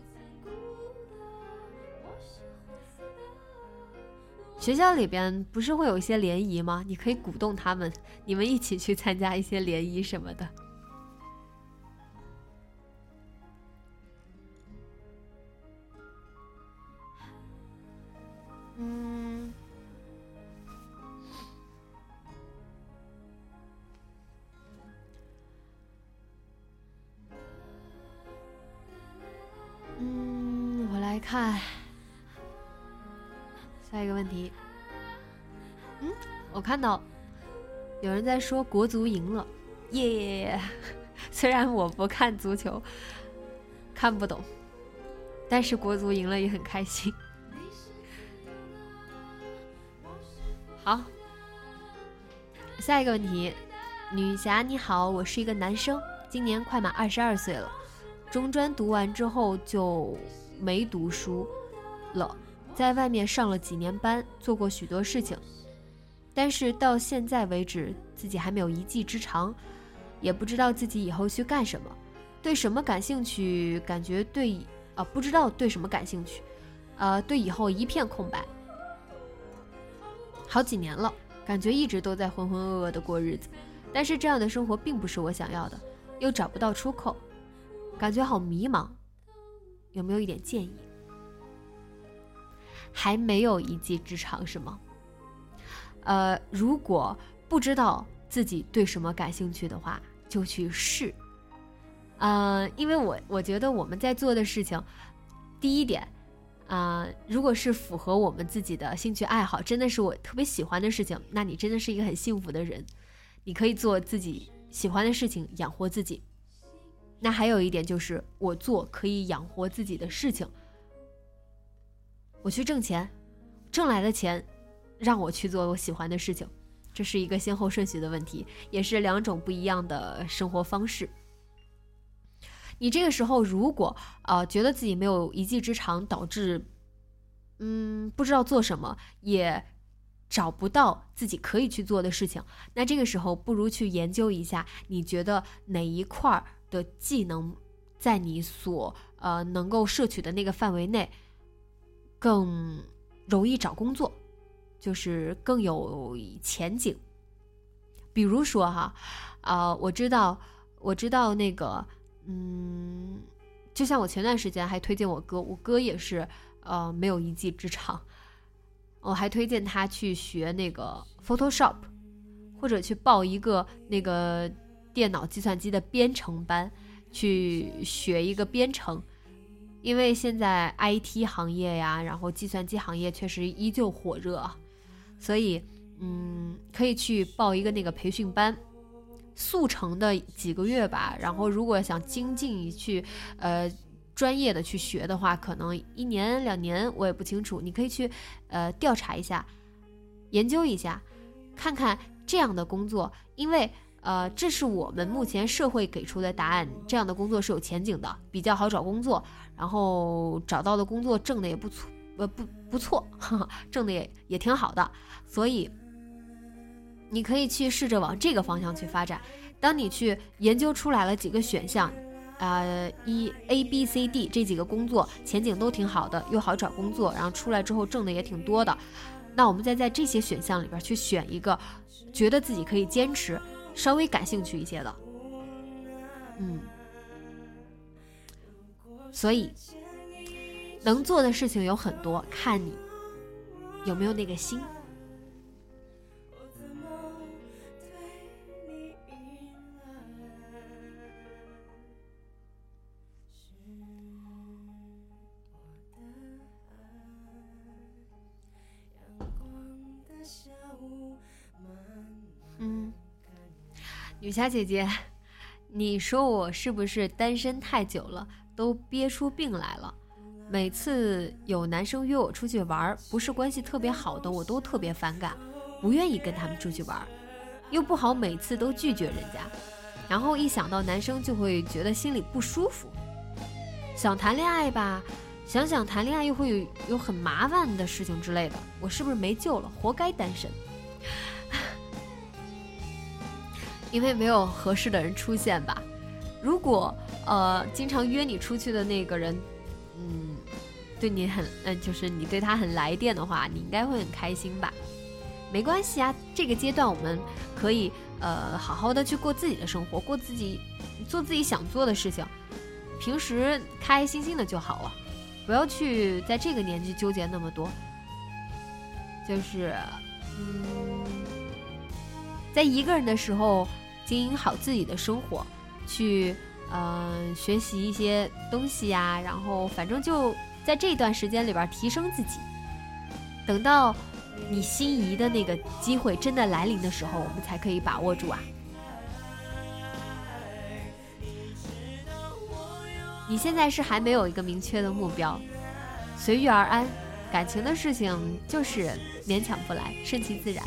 学校里边不是会有一些联谊吗？你可以鼓动他们，你们一起去参加一些联谊什么的。我来看下一个问题。我看到有人在说国足赢了，耶！虽然我不看足球，看不懂，但是国足赢了也很开心。好，下一个问题，女侠你好，我是一个男生，今年快满22岁了，中专读完之后就没读书了，在外面上了几年班，做过许多事情， 但是到现在为止，自己还没有一技之长，也不知道自己以后去干什么，对什么感兴趣，感觉不知道对什么感兴趣，对以后一片空白。好几年了，感觉一直都在浑浑噩噩的过日子，但是这样的生活并不是我想要的，又找不到出口，感觉好迷茫，有没有一点建议？还没有一技之长是吗？如果不知道自己对什么感兴趣的话，就去试。因为我觉得我们在做的事情，第一点，如果是符合我们自己的兴趣爱好，真的是我特别喜欢的事情，那你真的是一个很幸福的人，你可以做自己喜欢的事情，养活自己。那还有一点就是，我做可以养活自己的事情，我去挣钱，挣来的钱让我去做我喜欢的事情，这是一个先后顺序的问题，也是两种不一样的生活方式。你这个时候如果觉得自己没有一技之长，导致不知道做什么，也找不到自己可以去做的事情，那这个时候不如去研究一下，你觉得哪一块的技能在你所能够摄取的那个范围内更容易找工作，就是更有前景。比如说我知道那个就像我前段时间还推荐我哥也是没有一技之长，我还推荐他去学那个 Photoshop， 或者去报一个那个电脑计算机的编程班，去学一个编程。因为现在 IT 行业呀，然后计算机行业确实依旧火热，所以可以去报一个那个培训班，速成的几个月吧。然后如果想精进去专业的去学的话，可能1年2年，我也不清楚。你可以去调查一下，研究一下，看看这样的工作，因为这是我们目前社会给出的答案，这样的工作是有前景的，比较好找工作，然后找到的工作挣的也不错，挣的也挺好的，所以你可以去试着往这个方向去发展。当你去研究出来了几个选项A B C D 这几个工作前景都挺好的，又好找工作，然后出来之后挣的也挺多的，那我们再在这些选项里边去选一个觉得自己可以坚持，稍微感兴趣一些的。所以能做的事情有很多，看你有没有那个心。雨霞姐姐，你说我是不是单身太久了，都憋出病来了？每次有男生约我出去玩，不是关系特别好的，我都特别反感，不愿意跟他们出去玩，又不好每次都拒绝人家，然后一想到男生就会觉得心里不舒服。想谈恋爱吧，想谈恋爱又会有很麻烦的事情之类的，我是不是没救了，活该单身？因为没有合适的人出现吧。如果经常约你出去的那个人对你很就是你对他很来电的话，你应该会很开心吧。没关系啊，这个阶段我们可以好好的去过自己的生活，做自己想做的事情，平时开开心心的就好了，不要去在这个年纪纠结那么多。就是在一个人的时候经营好自己的生活，去学习一些东西呀，然后反正就在这段时间里边提升自己，等到你心仪的那个机会真的来临的时候，我们才可以把握住啊。你现在是还没有一个明确的目标，随遇而安，感情的事情就是勉强不来，顺其自然。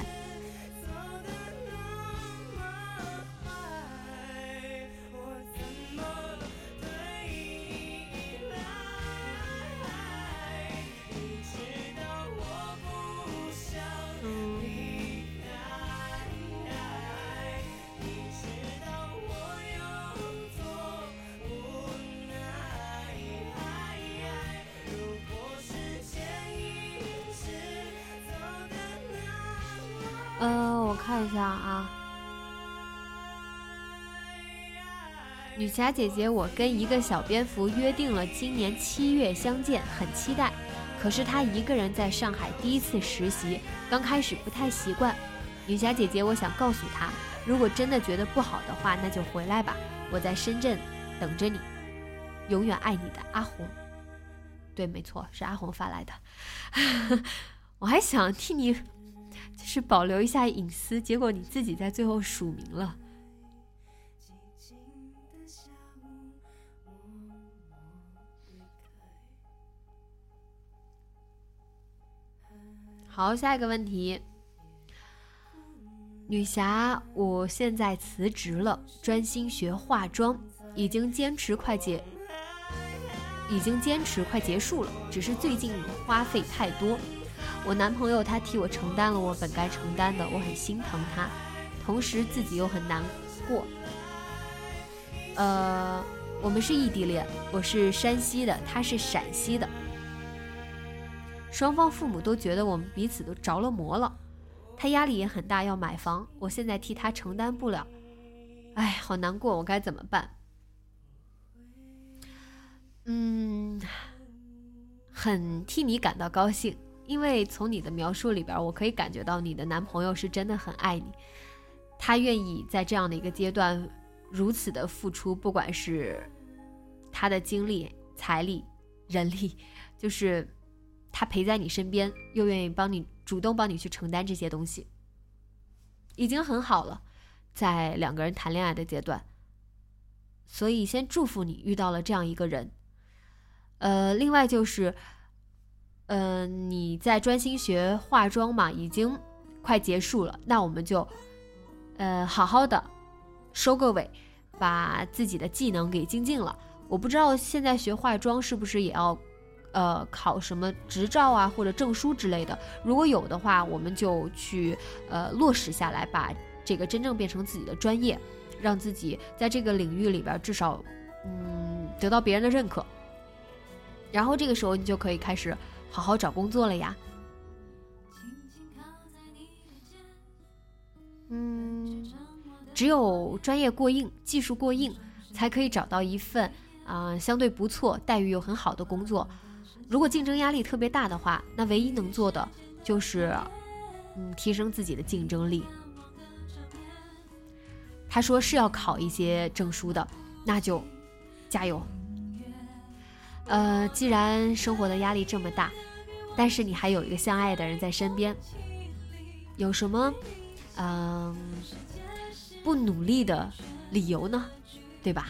我看一下啊。女侠姐姐，我跟一个小蝙蝠约定了今年7月相见，很期待。可是她一个人在上海第一次实习，刚开始不太习惯。女侠姐姐，我想告诉她，如果真的觉得不好的话，那就回来吧，我在深圳等着你，永远爱你的阿红。对，没错，是阿红发来的。我还想替你就是保留一下隐私，结果你自己在最后署名了。好，下一个问题。女侠，我现在辞职了，专心学化妆，已经坚持快结束了，只是最近花费太多。我男朋友他替我承担了我本该承担的，我很心疼他，同时自己又很难过。我们是异地恋，我是山西的，他是陕西的，双方父母都觉得我们彼此都着了魔了。他压力也很大，要买房，我现在替他承担不了，哎，好难过，我该怎么办？很替你感到高兴，因为从你的描述里边，我可以感觉到你的男朋友是真的很爱你，他愿意在这样的一个阶段如此的付出，不管是他的精力、财力、人力，就是他陪在你身边，又愿意主动帮你去承担这些东西，已经很好了，在两个人谈恋爱的阶段。所以先祝福你遇到了这样一个人。另外就是你在专心学化妆嘛，已经快结束了，那我们就好好的收个尾，把自己的技能给精进了。我不知道现在学化妆是不是也要考什么执照啊或者证书之类的，如果有的话，我们就去落实下来，把这个真正变成自己的专业，让自己在这个领域里边至少得到别人的认可，然后这个时候你就可以开始好好找工作了呀。只有专业过硬，技术过硬，才可以找到一份相对不错、待遇又很好的工作。如果竞争压力特别大的话，那唯一能做的就是提升自己的竞争力。他说是要考一些证书的，那就加油。既然生活的压力这么大，但是你还有一个相爱的人在身边，有什么不努力的理由呢？对吧？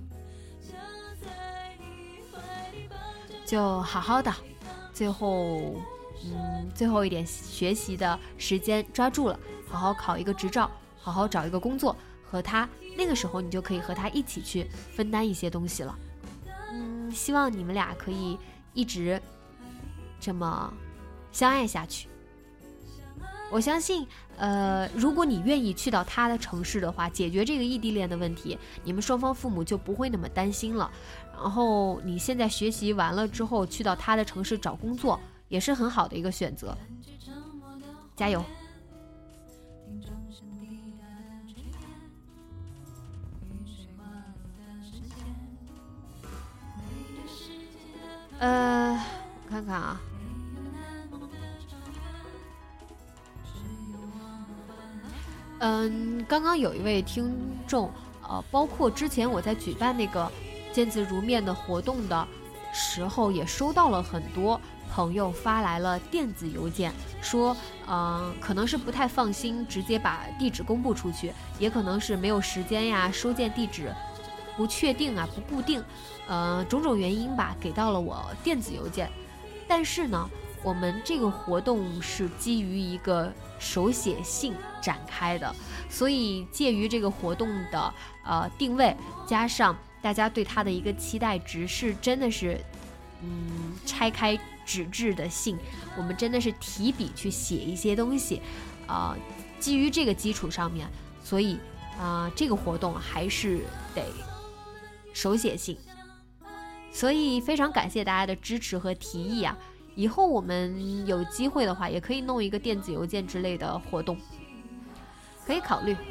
就好好的，最后一点学习的时间抓住了，好好考一个执照，好好找一个工作，和他那个时候你就可以和他一起去分担一些东西了。希望你们俩可以一直这么相爱下去。我相信如果你愿意去到他的城市的话，解决这个异地恋的问题，你们双方父母就不会那么担心了。然后你现在学习完了之后去到他的城市找工作，也是很好的一个选择。加油。我看看啊，刚刚有一位听众，包括之前我在举办那个见字如面的活动的时候，也收到了很多朋友发来了电子邮件，说可能是不太放心直接把地址公布出去，也可能是没有时间呀，收件地址不确定啊，不固定，种种原因吧，给到了我电子邮件。但是呢，我们这个活动是基于一个手写信展开的，所以介于这个活动的定位，加上大家对它的一个期待值，是真的是拆开纸质的信，我们真的是提笔去写一些东西，基于这个基础上面，所以这个活动还是得手写信。所以非常感谢大家的支持和提议啊！以后我们有机会的话，也可以弄一个电子邮件之类的活动。 可以考虑。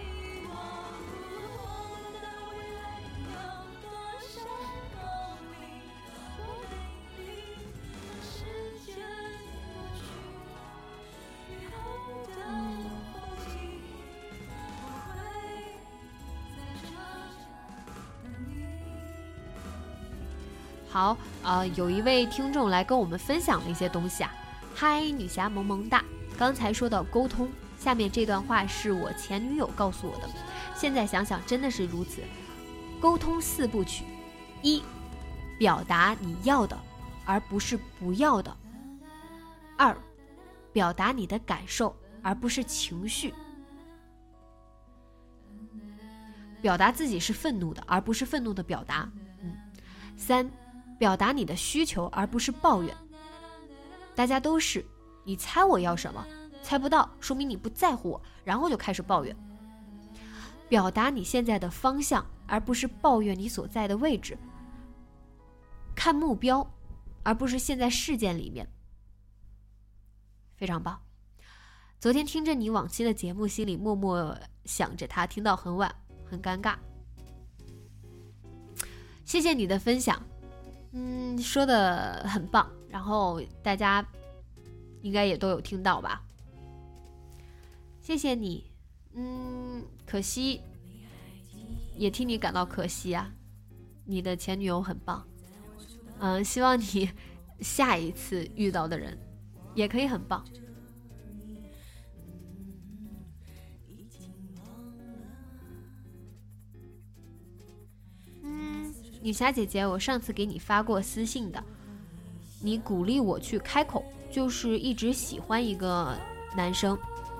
好，有一位听众来跟我们分享了一些东西啊。嗨，女侠萌萌哒，刚才说到沟通，下面这段话是我前女友告诉我的，现在想想真的是如此。沟通4部曲：一、表达你要的，而不是不要的；二、表达你的感受，而不是情绪；表达自己是愤怒的，而不是愤怒的表达；三、表达你的需求，而不是抱怨。大家都是，你猜我要什么，猜不到，说明你不在乎我，然后就开始抱怨。表达你现在的方向，而不是抱怨你所在的位置。看目标，而不是现在事件里面。非常棒。昨天听着你往期的节目，心里默默想着他，听到很晚，很尴尬。谢谢你的分享，说的很棒，然后大家应该也都有听到吧？谢谢你，可惜，也替你感到可惜啊。你的前女友很棒，希望你下一次遇到的人也可以很棒。女侠姐姐，我上次给你发过私信的，你鼓励我去开口，就是一直喜欢一个男生，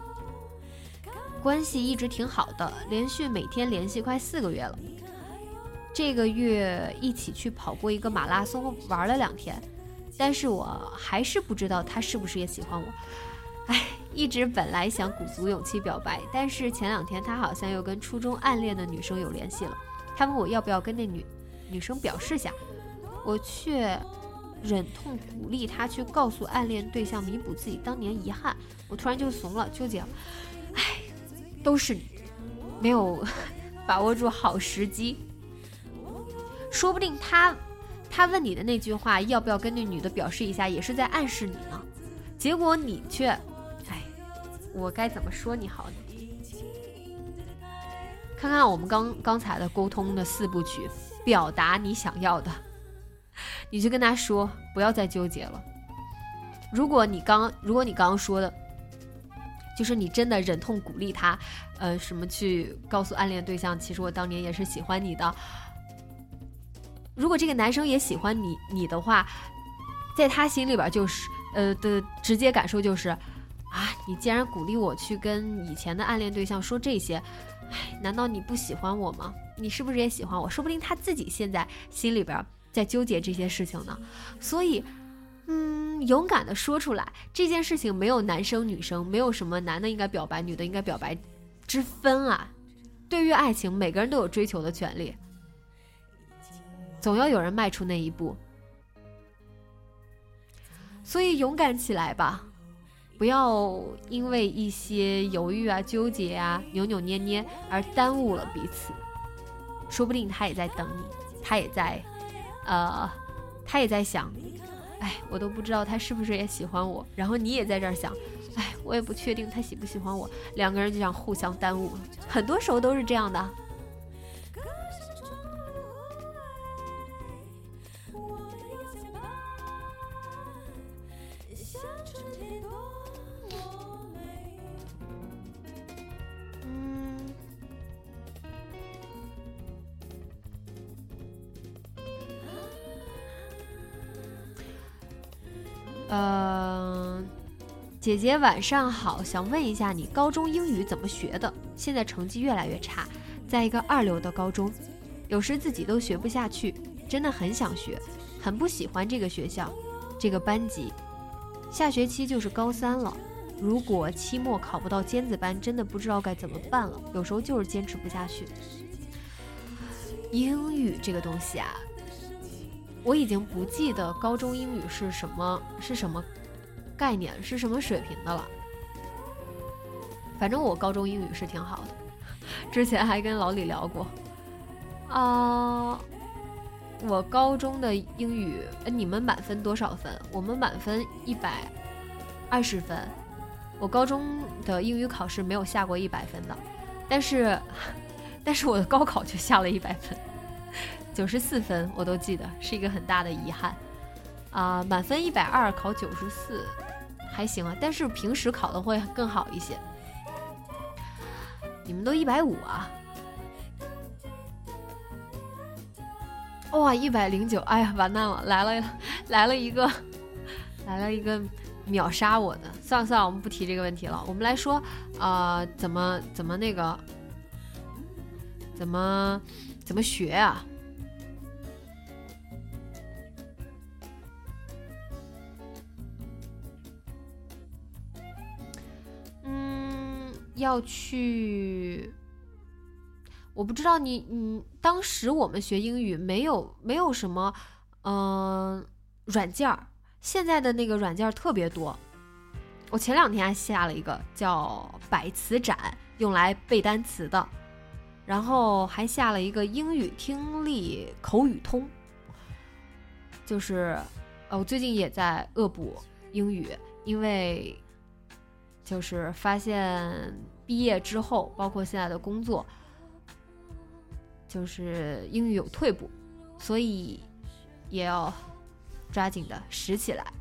关系一直挺好的，连续每天联系快4个月了。这个月一起去跑过一个马拉松，玩了2天，但是我还是不知道他是不是也喜欢我。一直本来想鼓足勇气表白，但是前2天他好像又跟初中暗恋的女生有联系了，他问我要不要跟那女生表示下，我却忍痛鼓励他去告诉暗恋对象，弥补自己当年遗憾。我突然就怂了，纠结了。都是你没有把握住好时机，说不定他问你的那句话要不要跟那女的表示一下，也是在暗示你呢。结果你却，我该怎么说你好呢？看看我们刚才的沟通的4部曲，表达你想要的，你就跟他说不要再纠结了。如果你刚刚说的就是你真的忍痛鼓励他什么去告诉暗恋对象，其实我当年也是喜欢你的。如果这个男生也喜欢你的话，在他心里边就是的直接感受就是你既然鼓励我去跟以前的暗恋对象说这些，难道你不喜欢我吗？你是不是也喜欢我？说不定他自己现在心里边在纠结这些事情呢。所以勇敢的说出来，这件事情没有男生女生，没有什么男的应该表白女的应该表白之分啊。对于爱情，每个人都有追求的权利，总要有人迈出那一步。所以勇敢起来吧，不要因为一些犹豫啊、纠结啊、扭扭捏捏而耽误了彼此。说不定他也在等你，他也在想，我都不知道他是不是也喜欢我，然后你也在这儿想，我也不确定他喜不喜欢我，两个人就这样互相耽误，很多时候都是这样的。姐姐晚上好，想问一下你高中英语怎么学的？现在成绩越来越差，在一个2流的高中，有时自己都学不下去，真的很想学，很不喜欢这个学校，这个班级。下学期就是高3了，如果期末考不到尖子班，真的不知道该怎么办了，有时候就是坚持不下去。英语这个东西啊，我已经不记得高中英语是什么概念，是什么水平的了。 反正我高中英语是挺好的，之前还跟老李聊过。我高中的英语，你们满分多少分？我们满分120分。我高中的英语考试没有下过100分的，但是我的高考就下了100分，94分我都记得，是一个很大的遗憾。满分120考94还行啊，但是平时考的会更好一些。你们都150啊？哇，109！哎呀，完蛋了，来了一个秒杀我的。算了，我们不提这个问题了。我们来说，怎么那个，怎么学啊？要去。我不知道你当时我们学英语没有什么软件儿，现在的那个软件儿特别多。我前2天还下了一个叫百词斩，用来背单词的，然后还下了一个英语听力口语通，就是我最近也在恶补英语，因为就是发现毕业之后，包括现在的工作，就是英语有退步，所以也要抓紧的拾起来。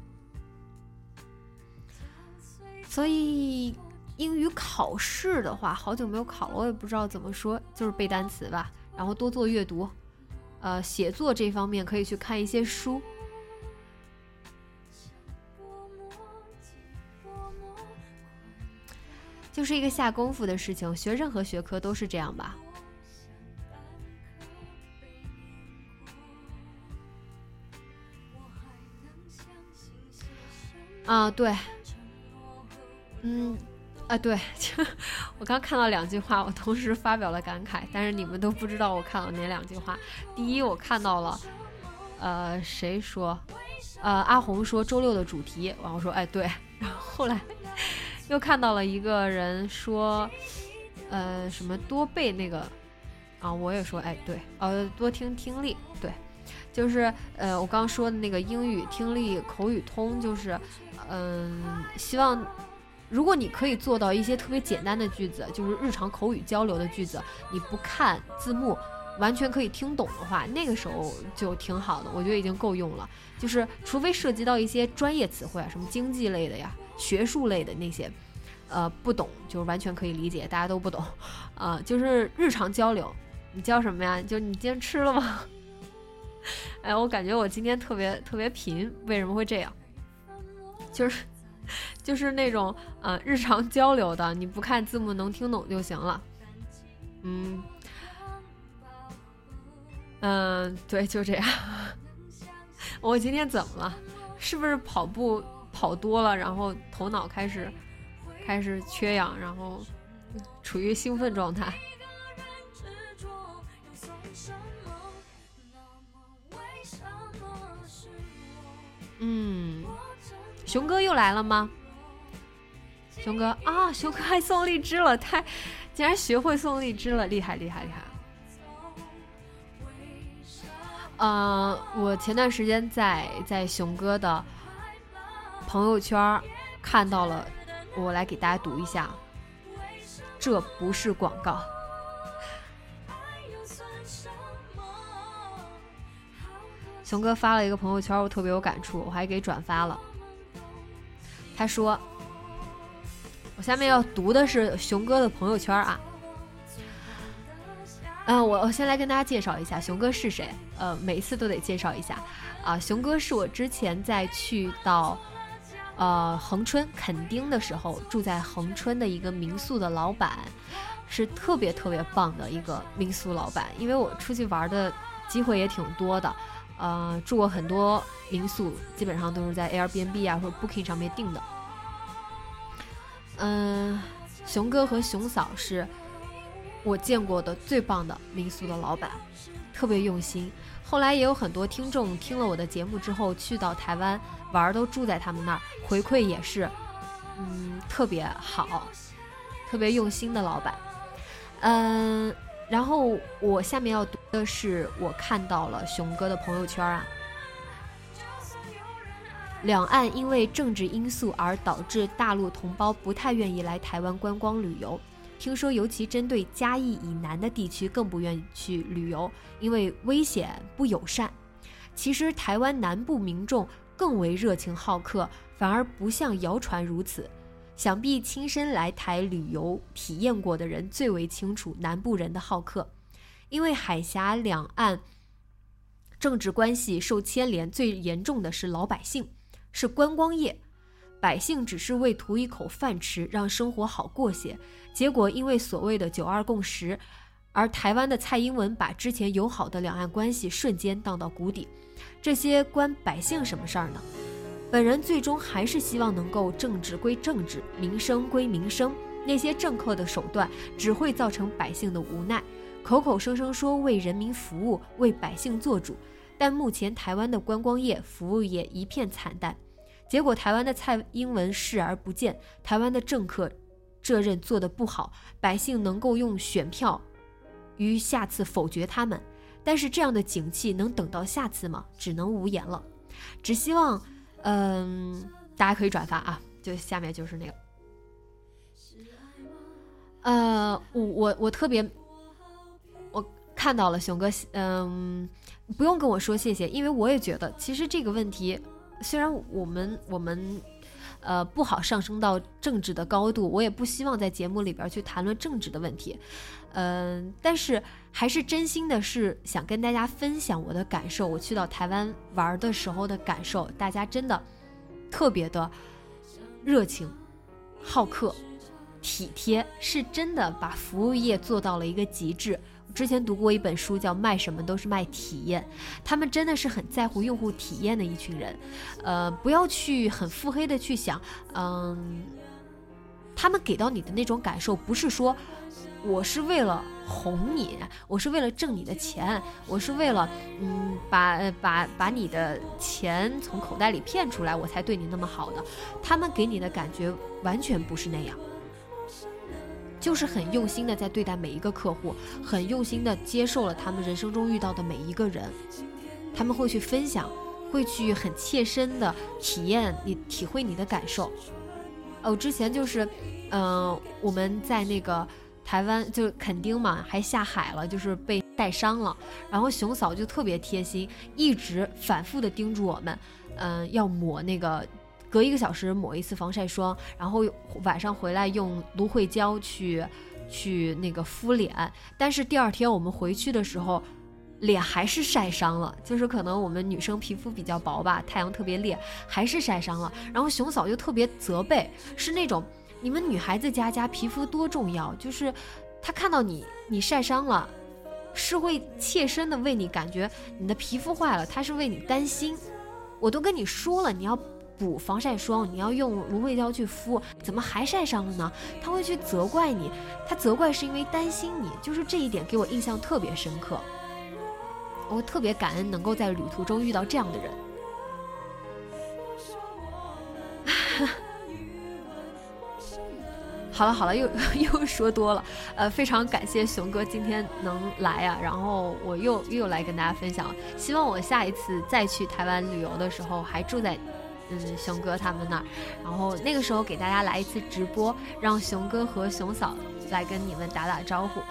所以英语考试的话，好久没有考了，我也不知道怎么说，就是背单词吧，然后多做阅读，写作这方面可以去看一些书。就是一个下功夫的事情，学任何学科都是这样吧。对，对，我刚看到2句话，我同时发表了感慨，但是你们都不知道我看了哪2句话。第一，我看到了，谁说，阿红说周六的主题，然后说，对，然后后来又看到了一个人说，什么多背那个，我也说，对，多听听力，对。就是我刚刚说的那个英语听力口语通，就是希望如果你可以做到一些特别简单的句子，就是日常口语交流的句子，你不看字幕完全可以听懂的话，那个时候就挺好的，我觉得已经够用了。就是除非涉及到一些专业词汇啊，什么经济类的呀、学术类的那些不懂就完全可以理解，大家都不懂就是日常交流，你叫什么呀？就你今天吃了吗？我感觉我今天特别贫，为什么会这样？就是那种日常交流的，你不看字幕能听懂就行了。对，就这样。我今天怎么了？是不是跑步跑多了，然后头脑开始缺氧，然后处于兴奋状态？熊哥又来了吗？熊哥熊哥还送荔枝了，竟然学会送荔枝了，厉害！我前段时间在熊哥的朋友圈看到了，我来给大家读一下，这不是广告。熊哥发了一个朋友圈，我特别有感触，我还给转发了。他说，我下面要读的是熊哥的朋友圈啊。我先来跟大家介绍一下熊哥是谁。每一次都得介绍一下熊哥是我之前在去到恒春垦丁的时候，住在恒春的一个民宿的老板，是特别棒的一个民宿老板。因为我出去玩的机会也挺多的，住过很多民宿，基本上都是在 Airbnb 或者 Booking 上面订的。熊哥和熊嫂是我见过的最棒的民宿的老板，特别用心。后来也有很多听众听了我的节目之后去到台湾玩，都住在他们那儿，回馈也是特别好， 特别用心的老板。然后我下面要读的是我看到了熊哥的朋友圈啊。两岸因为政治因素而导致大陆同胞不太愿意来台湾观光旅游，听说尤其针对嘉义以南的地区更不愿意去旅游，因为危险不友善。其实台湾南部民众更为热情好客，反而不像谣传如此。想必亲身来台旅游体验过的人最为清楚南部人的好客，因为海峡两岸政治关系受牵连最严重的是老百姓，是观光业。百姓只是为图一口饭吃，让生活好过些，结果因为所谓的9·2共识，而台湾的蔡英文把之前友好的两岸关系瞬间荡到谷底。这些关百姓什么事儿呢？本人最终还是希望能够政治归政治，民生归民生，那些政客的手段只会造成百姓的无奈，口口声声说为人民服务，为百姓做主，但目前台湾的观光业、服务业一片惨淡，结果台湾的蔡英文视而不见，台湾的政客这任做得不好，百姓能够用选票于下次否决他们，但是这样的景气能等到下次吗？只能无言了。只希望大家可以转发啊，就下面就是那个我特别我看到了熊哥，不用跟我说谢谢，因为我也觉得其实这个问题虽然我们不好上升到政治的高度，我也不希望在节目里边去谈论政治的问题，但是还是真心的是想跟大家分享我的感受，我去到台湾玩的时候的感受，大家真的特别的热情、好客、体贴，是真的把服务业做到了一个极致。之前读过一本书叫《卖什么都是卖体验》，他们真的是很在乎用户体验的一群人。不要去很腹黑的去想，他们给到你的那种感受不是说我是为了哄你，我是为了挣你的钱，我是为了把你的钱从口袋里骗出来我才对你那么好的，他们给你的感觉完全不是那样，就是很用心的在对待每一个客户，很用心的接受了他们人生中遇到的每一个人，他们会去分享，会去很切身的体验你，体会你的感受。我之前就是我们在那个台湾就垦丁嘛，还下海了，就是被晒伤了，然后熊嫂就特别贴心，一直反复的叮嘱我们要抹那个隔1个小时抹一次防晒霜，然后晚上回来用芦荟胶去那个敷脸。但是第2天我们回去的时候，脸还是晒伤了，就是可能我们女生皮肤比较薄吧，太阳特别烈，还是晒伤了。然后熊嫂就特别责备，是那种你们女孩子家皮肤多重要，就是她看到你晒伤了，是会切身的为你感觉你的皮肤坏了，她是为你担心。我都跟你说了，你要补防晒霜，你要用芦荟胶去敷，怎么还晒伤了呢？他会去责怪你，他责怪是因为担心你，就是这一点给我印象特别深刻。我特别感恩能够在旅途中遇到这样的人。好了，又说多了，非常感谢熊哥今天能来啊，然后我又来跟大家分享，希望我下一次再去台湾旅游的时候还住在熊哥他们那儿，然后那个时候给大家来一次直播，让熊哥和熊嫂来跟你们打打招呼。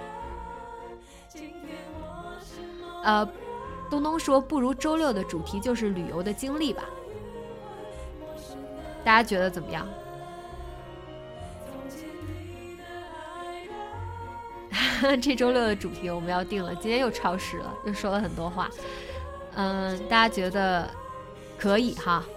东东说不如周6的主题就是旅游的经历吧，大家觉得怎么样？这周6的主题我们要定了，今天又超时了，又说了很多话，大家觉得可以哈？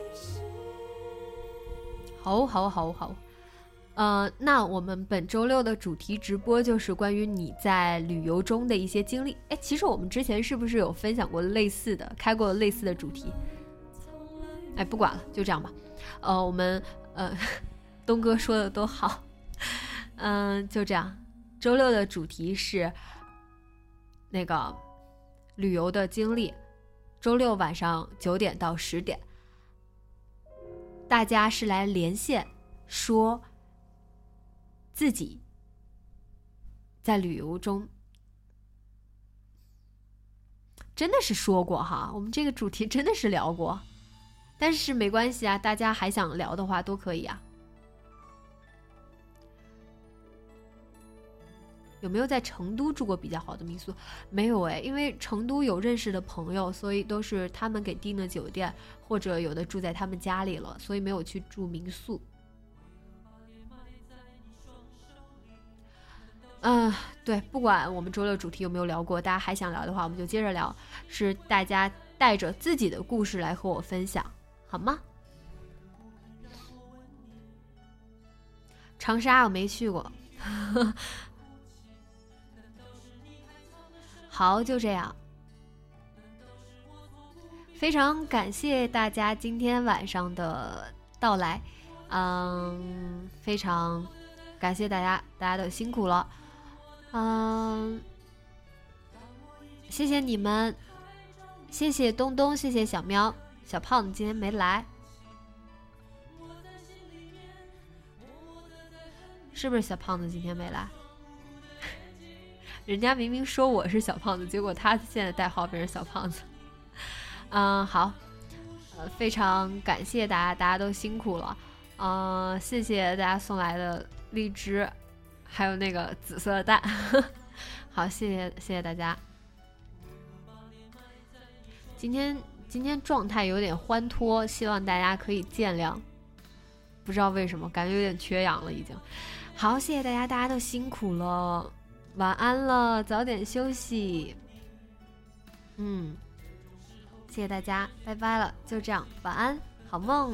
好，那我们本周6的主题直播就是关于你在旅游中的一些经历。其实我们之前是不是有分享过类似的，开过类似的主题？不管了，就这样吧。我们东哥说的都好，就这样。周6的主题是那个旅游的经历，周6晚上9点到10点，大家是来连线说自己在旅游中，真的是说过哈，我们这个主题真的是聊过，但是没关系啊，大家还想聊的话都可以啊。有没有在成都住过比较好的民宿？没有哎，因为成都有认识的朋友，所以都是他们给订的酒店，或者有的住在他们家里了，所以没有去住民宿。对，不管我们周六主题有没有聊过，大家还想聊的话，我们就接着聊，是大家带着自己的故事来和我分享，好吗？长沙我没去过。好，就这样。非常感谢大家今天晚上的到来，非常感谢大家都辛苦了，谢谢你们，谢谢东东，谢谢小喵，小胖子今天没来，是不是小胖子今天没来？人家明明说我是小胖子，结果他现在代号变成小胖子。好，非常感谢大家都辛苦了，谢谢大家送来的荔枝，还有那个紫色的蛋。好，谢谢大家。今天状态有点欢脱，希望大家可以见谅。不知道为什么，感觉有点缺氧了已经。好，谢谢大家都辛苦了。晚安了，早点休息。谢谢大家，拜拜了，就这样，晚安，好梦。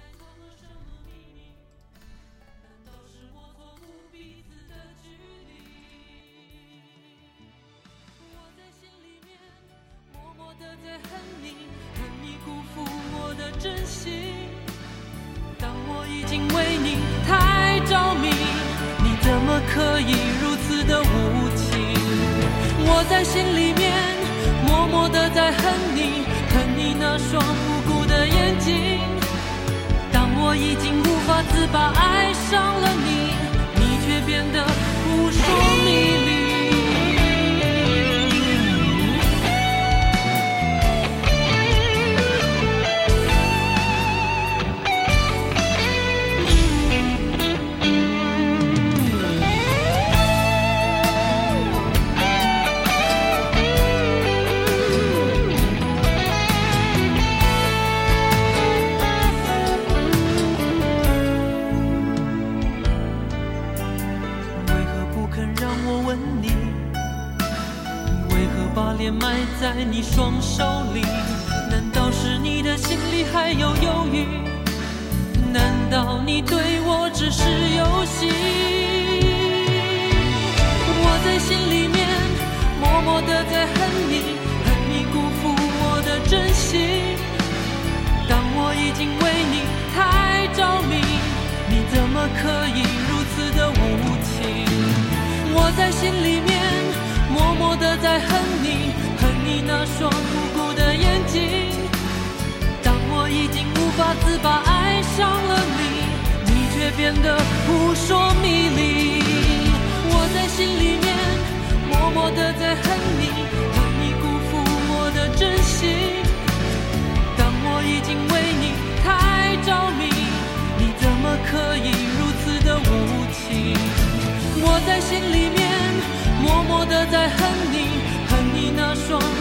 当我已经为你太着迷，你怎么可以如此的无情？我在心里面默默地在恨你，恨你那双无辜的眼睛。当我已经无法自拔，爱上了你，你却变得扑朔迷离。埋在你双手里，难道是你的心里还有犹豫？难道你对我只是游戏？我在心里面默默地在恨你，恨你辜负我的真心。当我已经为你太着迷，你怎么可以如此的无情？我在心里面默默地在恨你，恨你那双无辜的眼睛。当我已经无法自拔，爱上了你，你却变得扑朔迷离。我在心里面默默地在恨你，恨你辜负我的真心。当我已经为你太着迷，你怎么可以如此的无情？我在心里面默默地在恨你，恨你那双